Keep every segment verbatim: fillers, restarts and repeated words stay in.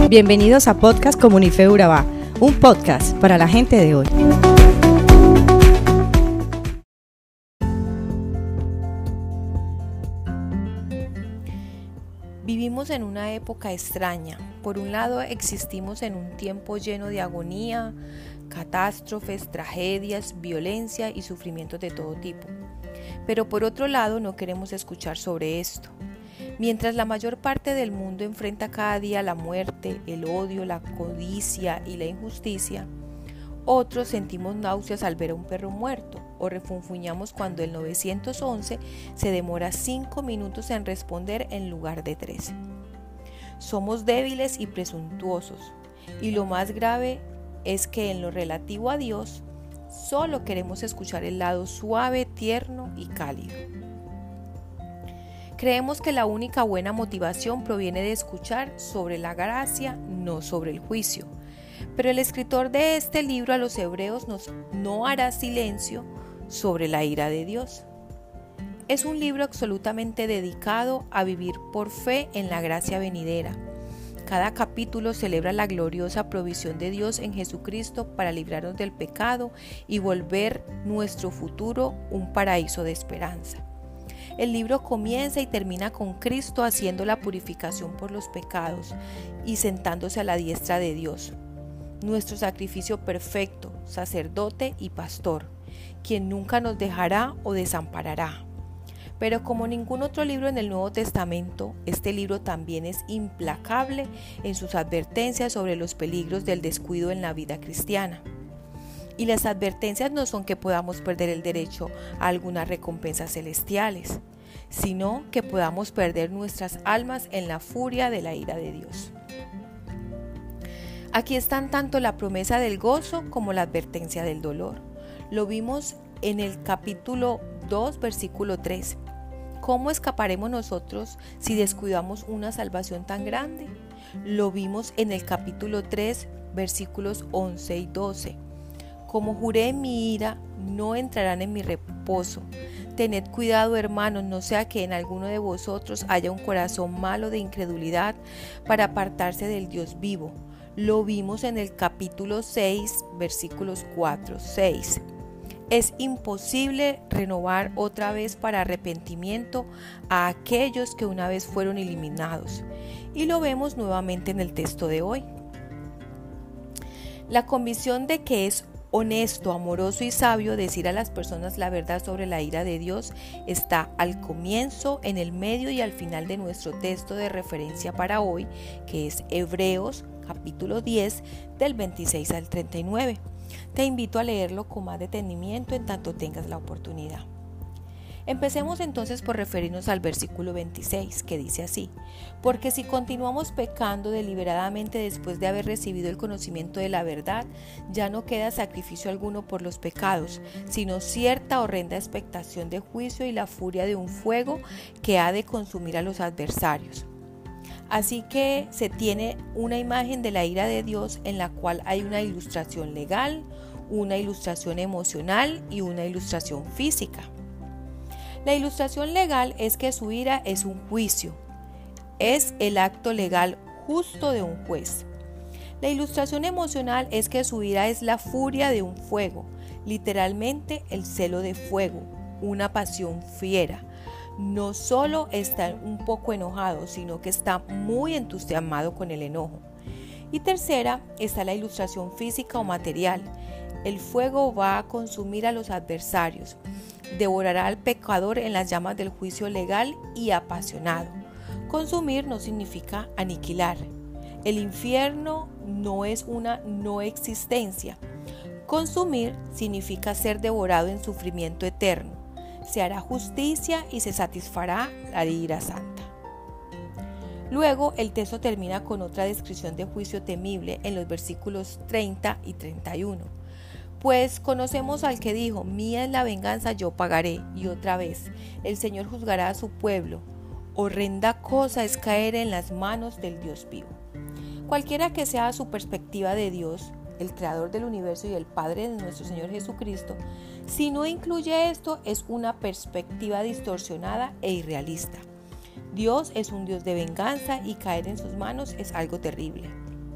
Bienvenidos a Podcast Comunife Urabá, un podcast para la gente de hoy. Vivimos en una época extraña. Por un lado, existimos en un tiempo lleno de agonía, catástrofes, tragedias, violencia y sufrimientos de todo tipo. Pero por otro lado, no queremos escuchar sobre esto. Mientras la mayor parte del mundo enfrenta cada día la muerte, el odio, la codicia y la injusticia, otros sentimos náuseas al ver a un perro muerto o refunfuñamos cuando el nueve once se demora cinco minutos en responder en lugar de tres. Somos débiles y presuntuosos, y lo más grave es que en lo relativo a Dios, solo queremos escuchar el lado suave, tierno y cálido. Creemos que la única buena motivación proviene de escuchar sobre la gracia, no sobre el juicio. Pero el escritor de este libro a los hebreos nos, no hará silencio sobre la ira de Dios. Es un libro absolutamente dedicado a vivir por fe en la gracia venidera. Cada capítulo celebra la gloriosa provisión de Dios en Jesucristo para librarnos del pecado y volver nuestro futuro un paraíso de esperanza. El libro comienza y termina con Cristo haciendo la purificación por los pecados y sentándose a la diestra de Dios, nuestro sacrificio perfecto, sacerdote y pastor, quien nunca nos dejará o desamparará. Pero como ningún otro libro en el Nuevo Testamento, este libro también es implacable en sus advertencias sobre los peligros del descuido en la vida cristiana. Y las advertencias no son que podamos perder el derecho a algunas recompensas celestiales, sino que podamos perder nuestras almas en la furia de la ira de Dios. Aquí están tanto la promesa del gozo como la advertencia del dolor. Lo vimos en el capítulo dos, versículo tres. ¿Cómo escaparemos nosotros si descuidamos una salvación tan grande? Lo vimos en el capítulo tres, versículos once y doce. Como juré en mi ira, no entrarán en mi reposo. Tened cuidado, hermanos, no sea que en alguno de vosotros haya un corazón malo de incredulidad para apartarse del Dios vivo. Lo vimos en el capítulo seis, versículos cuatro y seis. Es imposible renovar otra vez para arrepentimiento a aquellos que una vez fueron eliminados. Y lo vemos nuevamente en el texto de hoy. La convicción de que es honesto, amoroso y sabio decir a las personas la verdad sobre la ira de Dios está al comienzo, en el medio y al final de nuestro texto de referencia para hoy, que es Hebreos capítulo diez del veintiséis al treinta y nueve. Te invito a leerlo con más detenimiento en tanto tengas la oportunidad. Empecemos entonces por referirnos al versículo veintiséis, que dice así: porque si continuamos pecando deliberadamente después de haber recibido el conocimiento de la verdad, ya no queda sacrificio alguno por los pecados, sino cierta horrenda expectación de juicio y la furia de un fuego que ha de consumir a los adversarios. Así que se tiene una imagen de la ira de Dios en la cual hay una ilustración legal, una ilustración emocional y una ilustración física. La ilustración legal es que su ira es un juicio, es el acto legal justo de un juez. La ilustración emocional es que su ira es la furia de un fuego, literalmente el celo de fuego, una pasión fiera. No solo está un poco enojado, sino que está muy entusiasmado con el enojo. Y tercera está la ilustración física o material. El fuego va a consumir a los adversarios, devorará al pecador en las llamas del juicio legal y apasionado. Consumir no significa aniquilar. El infierno no es una no existencia. Consumir significa ser devorado en sufrimiento eterno. Se hará justicia y se satisfará la ira santa. Luego el texto termina con otra descripción de juicio temible en los versículos treinta y treinta y uno. Pues conocemos al que dijo: mía es la venganza, yo pagaré. Y otra vez, el Señor juzgará a su pueblo. Horrenda cosa es caer en las manos del Dios vivo. Cualquiera que sea su perspectiva de Dios, el creador del universo y el Padre de nuestro Señor Jesucristo, si no incluye esto, es una perspectiva distorsionada e irrealista. Dios es un Dios de venganza y caer en sus manos es algo terrible.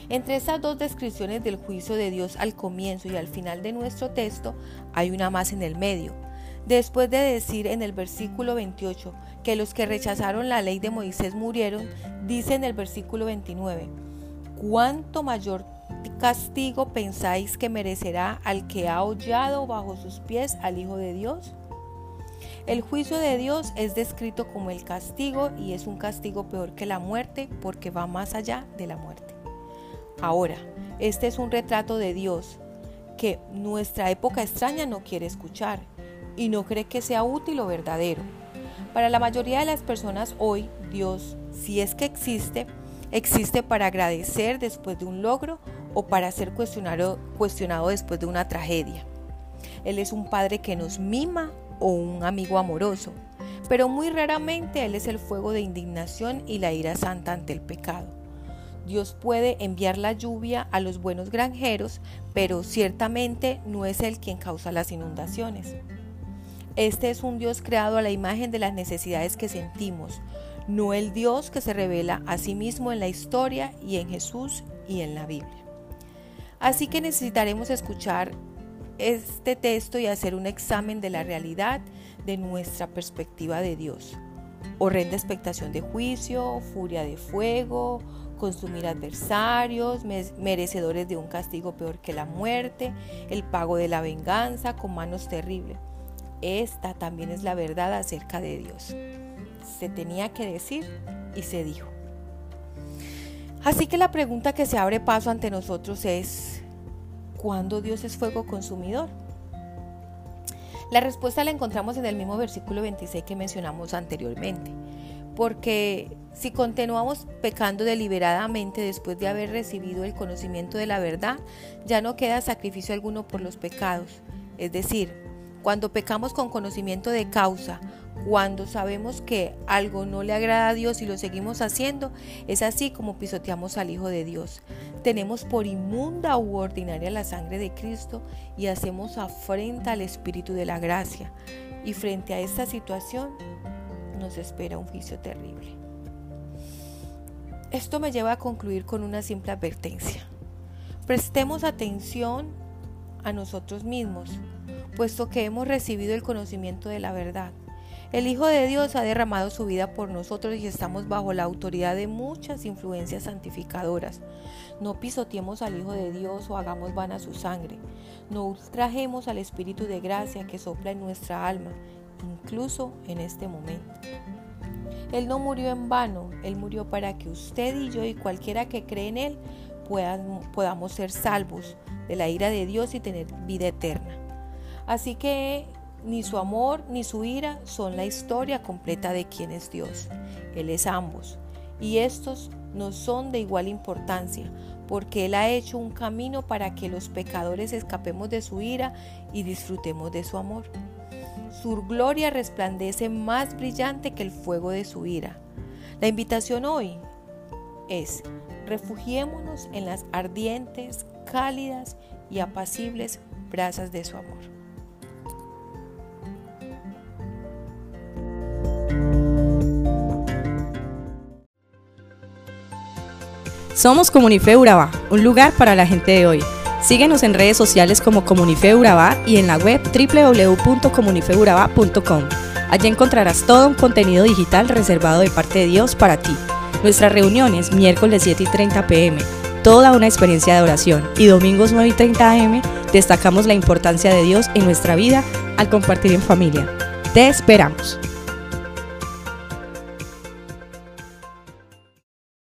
Entre estas dos descripciones del juicio de Dios al comienzo y al final de nuestro texto, hay una más en el medio. Después de decir en el versículo veintiocho que los que rechazaron la ley de Moisés murieron, dice en el versículo veintinueve: ¿cuánto mayor castigo pensáis que merecerá al que ha hollado bajo sus pies al Hijo de Dios? El juicio de Dios es descrito como el castigo, y es un castigo peor que la muerte porque va más allá de la muerte. Ahora, este es un retrato de Dios que nuestra época extraña no quiere escuchar y no cree que sea útil o verdadero. Para la mayoría de las personas hoy, Dios, si es que existe, existe para agradecer después de un logro o para ser cuestionado, cuestionado después de una tragedia. Él es un padre que nos mima o un amigo amoroso, pero muy raramente Él es el fuego de indignación y la ira santa ante el pecado. Dios puede enviar la lluvia a los buenos granjeros, pero ciertamente no es Él quien causa las inundaciones. Este es un Dios creado a la imagen de las necesidades que sentimos, no el Dios que se revela a sí mismo en la historia y en Jesús y en la Biblia. Así que necesitaremos escuchar este texto y hacer un examen de la realidad de nuestra perspectiva de Dios. Horrenda expectación de juicio, furia de fuego, consumir adversarios, merecedores de un castigo peor que la muerte, el pago de la venganza con manos terribles. Esta también es la verdad acerca de Dios. Se tenía que decir y se dijo. Así que la pregunta que se abre paso ante nosotros es: ¿cuándo Dios es fuego consumidor? La respuesta la encontramos en el mismo versículo veintiséis que mencionamos anteriormente. Porque si continuamos pecando deliberadamente después de haber recibido el conocimiento de la verdad, ya no queda sacrificio alguno por los pecados. Es decir, cuando pecamos con conocimiento de causa, cuando sabemos que algo no le agrada a Dios y lo seguimos haciendo, es así como pisoteamos al Hijo de Dios. Tenemos por inmunda u ordinaria la sangre de Cristo y hacemos afrenta al Espíritu de la gracia. Y frente a esta situación nos espera un juicio terrible. Esto me lleva a concluir con una simple advertencia. Prestemos atención a nosotros mismos, puesto que hemos recibido el conocimiento de la verdad. El Hijo de Dios ha derramado su vida por nosotros y estamos bajo la autoridad de muchas influencias santificadoras. No pisoteemos al Hijo de Dios o hagamos vana su sangre. No ultrajemos al Espíritu de gracia que sopla en nuestra alma, incluso en este momento. Él no murió en vano, Él murió para que usted y yo y cualquiera que cree en Él puedan, podamos ser salvos de la ira de Dios y tener vida eterna. Así que ni su amor ni su ira son la historia completa de quién es Dios. Él es ambos, y estos no son de igual importancia, porque Él ha hecho un camino para que los pecadores escapemos de su ira y disfrutemos de su amor. Su gloria resplandece más brillante que el fuego de su ira. La invitación hoy es: refugiémonos en las ardientes, cálidas y apacibles brasas de su amor. Somos Comunife Urabá, un lugar para la gente de hoy. Síguenos en redes sociales como Comunife Urabá y en la web doble u doble u doble u punto comunife urabá punto com. Allí encontrarás todo un contenido digital reservado de parte de Dios para ti. Nuestras reuniones miércoles siete y treinta pm, toda una experiencia de oración, y domingos nueve y treinta am destacamos la importancia de Dios en nuestra vida al compartir en familia. Te esperamos.